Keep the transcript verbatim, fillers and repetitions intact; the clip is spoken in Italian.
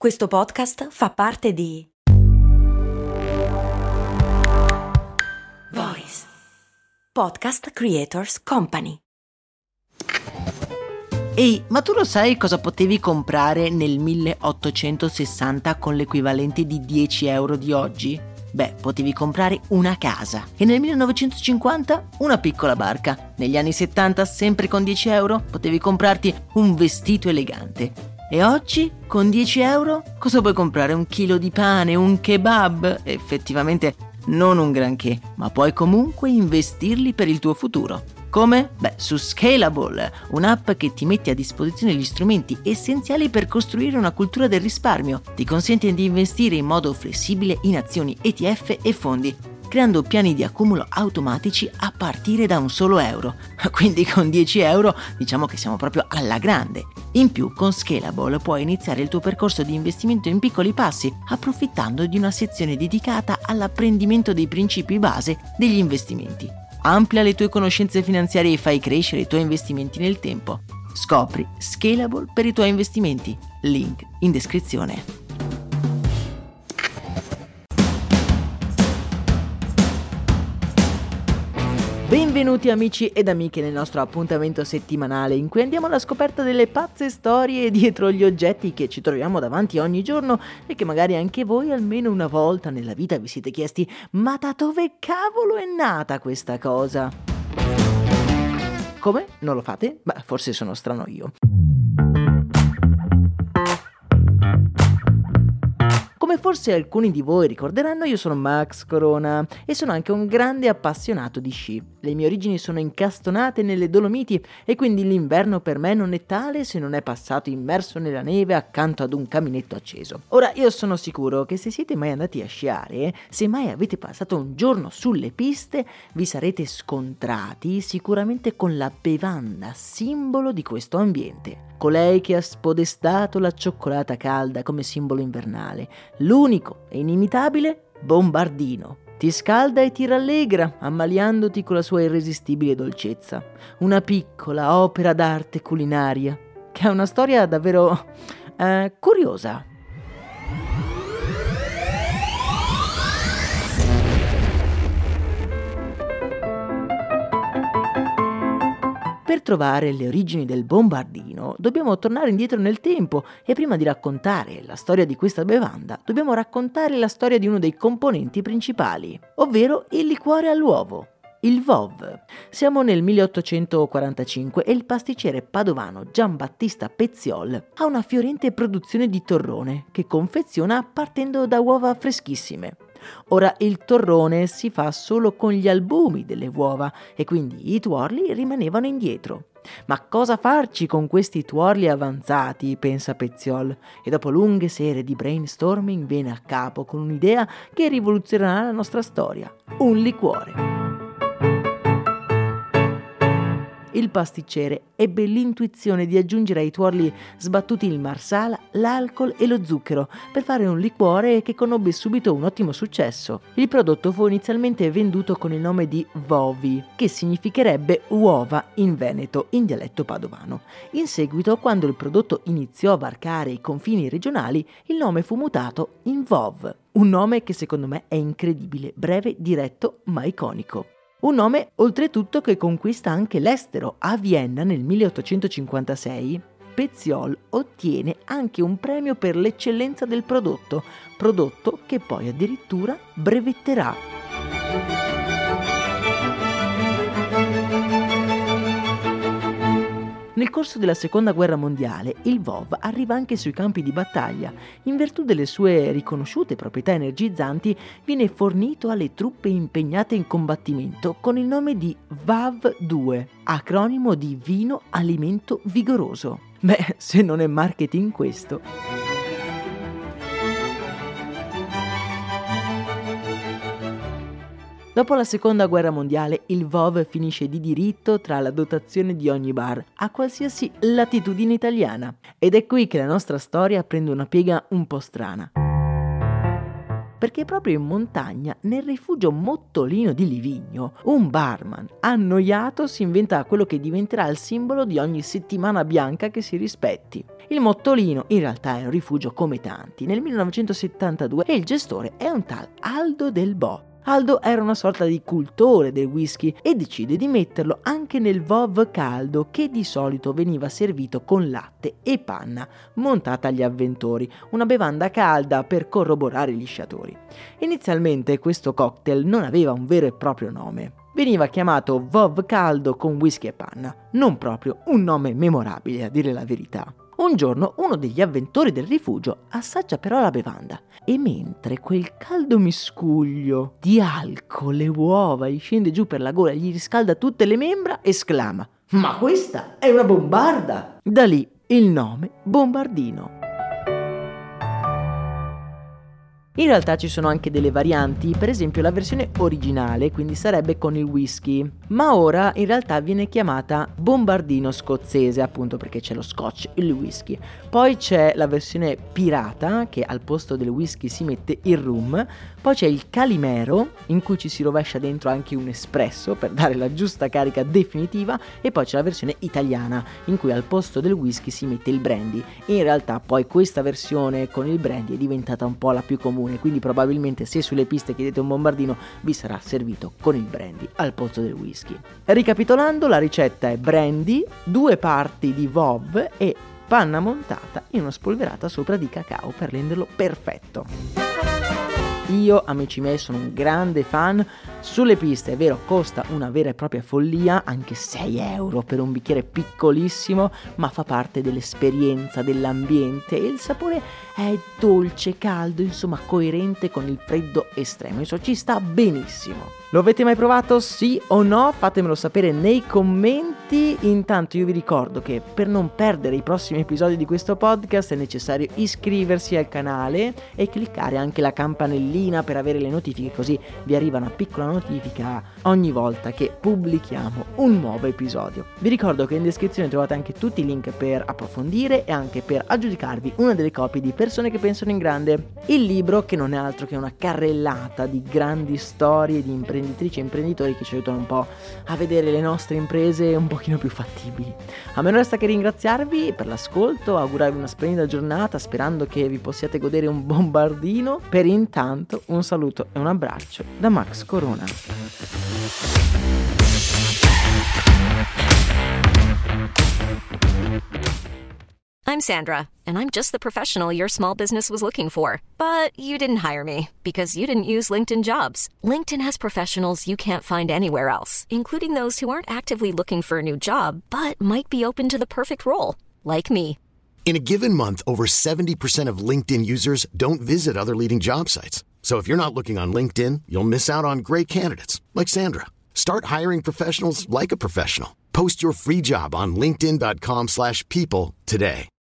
Questo podcast fa parte di Voice Podcast Creators Company. Ehi, ma tu lo sai cosa potevi comprare nel milleottocentosessanta con l'equivalente di dieci euro di oggi? Beh, potevi comprare una casa e nel millenovecentocinquanta una piccola barca. Negli anni settanta, sempre con dieci euro, potevi comprarti un vestito elegante. E oggi, con dieci euro, cosa puoi comprare? Un chilo di pane, un kebab? Effettivamente non un granché, ma puoi comunque investirli per il tuo futuro. Come? Beh, su Scalable, un'app che ti mette a disposizione gli strumenti essenziali per costruire una cultura del risparmio. Ti consente di investire in modo flessibile in azioni, E T F e fondi, creando piani di accumulo automatici a partire da un solo euro. Quindi con dieci euro diciamo che siamo proprio alla grande. In più, con Scalable puoi iniziare il tuo percorso di investimento in piccoli passi, approfittando di una sezione dedicata all'apprendimento dei principi base degli investimenti. Amplia le tue conoscenze finanziarie e fai crescere i tuoi investimenti nel tempo. Scopri Scalable per i tuoi investimenti. Link in descrizione. Benvenuti amici ed amiche nel nostro appuntamento settimanale in cui andiamo alla scoperta delle pazze storie dietro gli oggetti che ci troviamo davanti ogni giorno e che magari anche voi almeno una volta nella vita vi siete chiesti: ma da dove cavolo è nata questa cosa? Come? Non lo fate? Beh, forse sono strano io. Come forse alcuni di voi ricorderanno, io sono Max Corona e sono anche un grande appassionato di sci. Le mie origini sono incastonate nelle Dolomiti e quindi l'inverno per me non è tale se non è passato immerso nella neve accanto ad un caminetto acceso. Ora, io sono sicuro che se siete mai andati a sciare, se mai avete passato un giorno sulle piste, vi sarete scontrati sicuramente con la bevanda simbolo di questo ambiente. Colei che ha spodestato la cioccolata calda come simbolo invernale, l'unico e inimitabile Bombardino. Ti scalda e ti rallegra, ammaliandoti con la sua irresistibile dolcezza. Una piccola opera d'arte culinaria che ha una storia davvero eh, curiosa. Per trovare le origini del Bombardino dobbiamo tornare indietro nel tempo e prima di raccontare la storia di questa bevanda dobbiamo raccontare la storia di uno dei componenti principali, ovvero il liquore all'uovo, il Vov. Siamo nel milleottocentoquarantacinque e il pasticcere padovano Giambattista Peziol ha una fiorente produzione di torrone che confeziona partendo da uova freschissime. Ora il torrone si fa solo con gli albumi delle uova e quindi i tuorli rimanevano indietro. Ma cosa farci con questi tuorli avanzati, pensa Peziol, e dopo lunghe sere di brainstorming viene a capo con un'idea che rivoluzionerà la nostra storia: un liquore. Il pasticcere ebbe l'intuizione di aggiungere ai tuorli sbattuti il marsala, l'alcol e lo zucchero per fare un liquore che conobbe subito un ottimo successo. Il prodotto fu inizialmente venduto con il nome di Vovi, che significherebbe uova in veneto, in dialetto padovano. In seguito, quando il prodotto iniziò a varcare i confini regionali, il nome fu mutato in Vov, un nome che secondo me è incredibile, breve, diretto ma iconico. Un nome oltretutto che conquista anche l'estero. A Vienna nel milleottocentocinquantasei Peziol ottiene anche un premio per l'eccellenza del prodotto, prodotto che poi addirittura brevetterà. Nel corso della seconda guerra mondiale il Vov arriva anche sui campi di battaglia. In virtù delle sue riconosciute proprietà energizzanti viene fornito alle truppe impegnate in combattimento con il nome di V A V due, acronimo di vino alimento vigoroso. Beh, se non è marketing questo. Dopo la seconda guerra mondiale, il Vov finisce di diritto tra la dotazione di ogni bar, a qualsiasi latitudine italiana. Ed è qui che la nostra storia prende una piega un po' strana. perché proprio in montagna, nel rifugio Mottolino di Livigno, un barman annoiato si inventa quello che diventerà il simbolo di ogni settimana bianca che si rispetti. Il Mottolino in realtà è un rifugio come tanti, nel millenovecentosettantadue, e il gestore è un tal Aldo Del Bo. Aldo era una sorta di cultore del whisky e decide di metterlo anche nel Vov caldo, che di solito veniva servito con latte e panna montata agli avventori, una bevanda calda per corroborare gli sciatori. Inizialmente questo cocktail non aveva un vero e proprio nome. Veniva chiamato Vov caldo con whisky e panna, non proprio un nome memorabile, a dire la verità. Un giorno uno degli avventori del rifugio assaggia però la bevanda e mentre quel caldo miscuglio di alcol e uova gli scende giù per la gola e gli riscalda tutte le membra, esclama: "Ma questa è una bombarda!" Da lì il nome Bombardino. In realtà ci sono anche delle varianti, per esempio la versione originale, quindi sarebbe con il whisky, ma ora in realtà viene chiamata Bombardino scozzese, appunto perché c'è lo scotch e il whisky. Poi c'è la versione pirata, che al posto del whisky si mette il rum. Poi c'è il Calimero, in cui ci si rovescia dentro anche un espresso per dare la giusta carica definitiva, e poi c'è la versione italiana, in cui al posto del whisky si mette il brandy. In realtà poi questa versione con il brandy è diventata un po' la più comune, quindi probabilmente se sulle piste chiedete un bombardino vi sarà servito con il brandy al posto del whisky. Ricapitolando, la ricetta è brandy, due parti di Vov e panna montata in una spolverata sopra di cacao per renderlo perfetto. Io, amici miei, sono un grande fan. Sulle piste, è vero, costa una vera e propria follia, anche sei euro per un bicchiere piccolissimo, ma fa parte dell'esperienza, dell'ambiente, e il sapore è dolce, caldo, insomma coerente con il freddo estremo, insomma ci sta benissimo. Lo avete mai provato? Sì o no? Fatemelo sapere nei commenti. Intanto io vi ricordo che per non perdere i prossimi episodi di questo podcast è necessario iscriversi al canale e cliccare anche la campanellina per avere le notifiche, così vi arriva una piccola notifica ogni volta che pubblichiamo un nuovo episodio. Vi ricordo che in descrizione trovate anche tutti i link per approfondire e anche per aggiudicarvi una delle copie di Persone che pensano in grande, il libro che non è altro che una carrellata di grandi storie di imprenditrici e imprenditori che ci aiutano un po' a vedere le nostre imprese un pochino più fattibili. A me non resta che ringraziarvi per l'ascolto, augurarvi una splendida giornata, sperando che vi possiate godere un bombardino. Per intanto un saluto e un abbraccio da Max Corona. I'm Sandra, and I'm just the professional your small business was looking for. But you didn't hire me because you didn't use LinkedIn Jobs. LinkedIn has professionals you can't find anywhere else, including those who aren't actively looking for a new job, but might be open to the perfect role, like me. In a given month, over seventy percent of LinkedIn users don't visit other leading job sites. So if you're not looking on LinkedIn, you'll miss out on great candidates like Sandra. Start hiring professionals like a professional. Post your free job on linkedin dot com slash people today.